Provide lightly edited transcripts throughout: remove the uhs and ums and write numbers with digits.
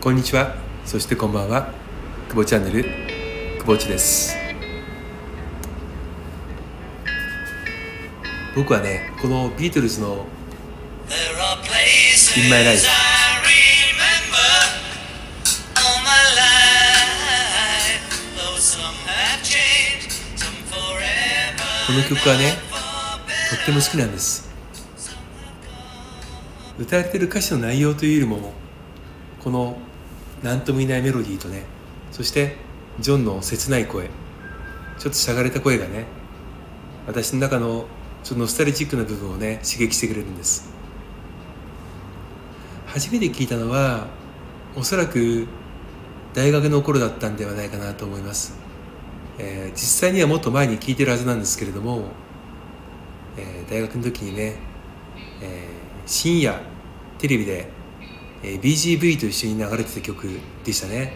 こんにちは、そしてこんばんは。久保チャンネル久保地です。僕はね、このビートルズの In My Life、 この曲はね、とっても好きなんです。歌われている歌詞の内容というよりも、この何とも言えないメロディーとね、そしてジョンの切ない声、ちょっとしゃがれた声がね、私の中のちょっとノスタルジックな部分をね、刺激してくれるんです。初めて聞いたのはおそらく大学の頃だったんではないかなと思います。実際にはもっと前に聞いてるはずなんですけれども、大学の時にね、深夜テレビで、BGV と一緒に流れてた曲でしたね。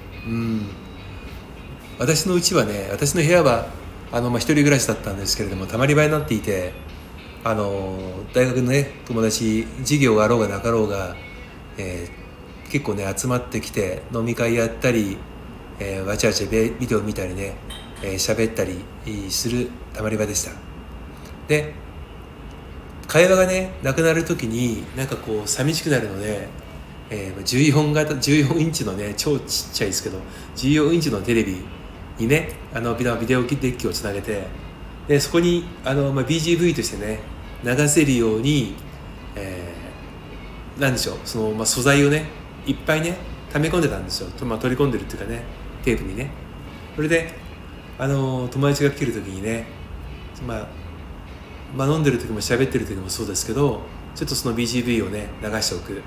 私の家はね、私の部屋は一人暮らしだったんですけれども、たまり場になっていて、大学のね友達、授業があろうがなかろうが、結構ね集まってきて飲み会やったり、わちゃわちゃビデオ見たりね、喋ったりするたまり場でした。で、会話がねなくなる時になんかこう寂しくなるので、14インチのね、超ちっちゃいですけど14インチのテレビにね、ビデオデッキをつなげて、でそこにBGV としてね流せるように、なんでしょう、その、素材をねいっぱいね溜め込んでたんですよ。取り込んでるっていうかね、テープにね。それで友達が来る時にね、飲んでる時も喋ってる時もそうですけど、ちょっとその BGV をね流しておく。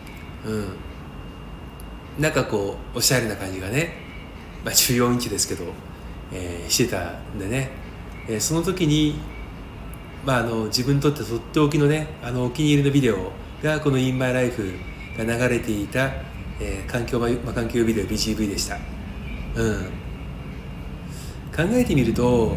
なんかこうおしゃれな感じがね、14インチですけど、してたんでね、その時に、自分にとってとっておきのね、お気に入りのビデオがこの In My Life が流れていた、環境ビデオ BGV でした。考えてみると、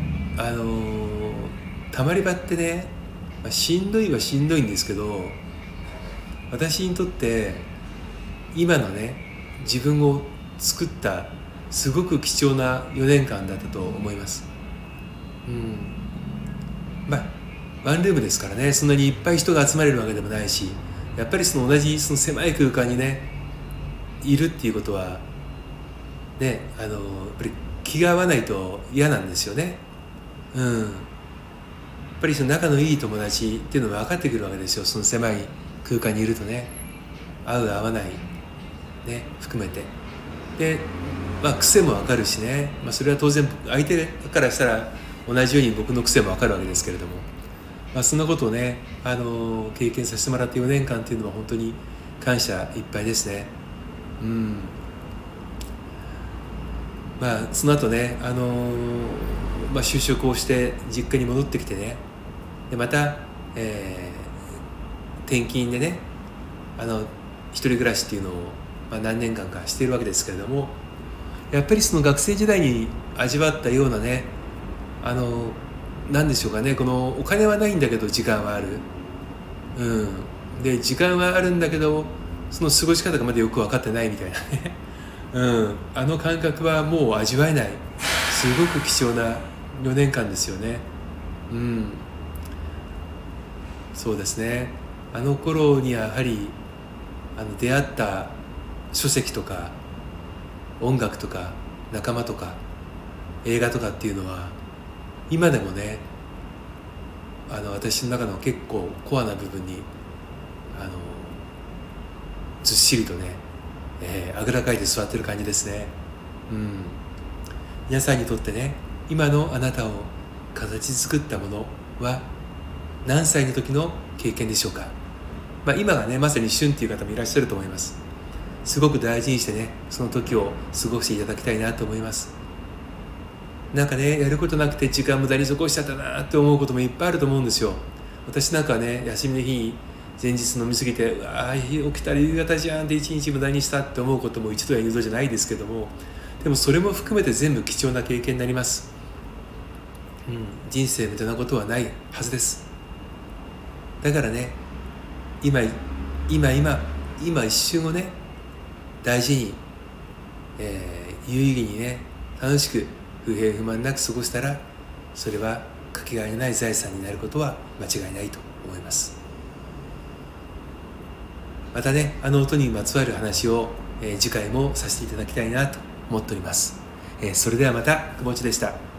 たまり場ってね、しんどいはしんどいんですけど、私にとって今のね自分を作ったすごく貴重な4年間だったと思います。ワンルームですからね、そんなにいっぱい人が集まれるわけでもないし、やっぱりその同じその狭い空間にねいるっていうことはね、やっぱり気が合わないと嫌なんですよね。やっぱりその仲のいい友達っていうのが分かってくるわけですよ。その狭い空間にいるとね、合う合わないね含めて、で癖も分かるしね、それは当然相手からしたら同じように僕の癖も分かるわけですけれども、そんなことをね経験させてもらって4年間っていうのは本当に感謝いっぱいですね。その後ね就職をして実家に戻ってきてね、でまた、転勤でね一人暮らしっていうのを、何年間かしているわけですけれども、やっぱりその学生時代に味わったようなね何でしょうかね、このお金はないんだけど時間はある、で時間はあるんだけどその過ごし方がまだよく分かってないみたいなねあの感覚はもう味わえない、すごく貴重な4年間ですよね。そうですね、あの頃にやはり出会った書籍とか音楽とか仲間とか映画とかっていうのは今でもね私の中の結構コアな部分にずっしりとね、あぐらかいて座ってる感じですね。皆さんにとってね、今のあなたを形作ったものは何歳の時の経験でしょうか。今がねまさに旬っていう方もいらっしゃると思います。すごく大事にしてねその時を過ごしていただきたいなと思います。なんかねやることなくて時間無駄に過ごしちゃったなって思うこともいっぱいあると思うんですよ。私なんかはね休みの日に前日飲み過ぎて起きたら夕方じゃんって一日無駄にしたって思うことも一度や二度じゃないですけども、でもそれも含めて全部貴重な経験になります。人生無駄なことはないはずです。だからね今一瞬をね大事に、有意義にね楽しく不平不満なく過ごしたら、それはかけがえのない財産になることは間違いないと思います。またね、あの音にまつわる話を、次回もさせていただきたいなと思っております。それではまた、くもちでした。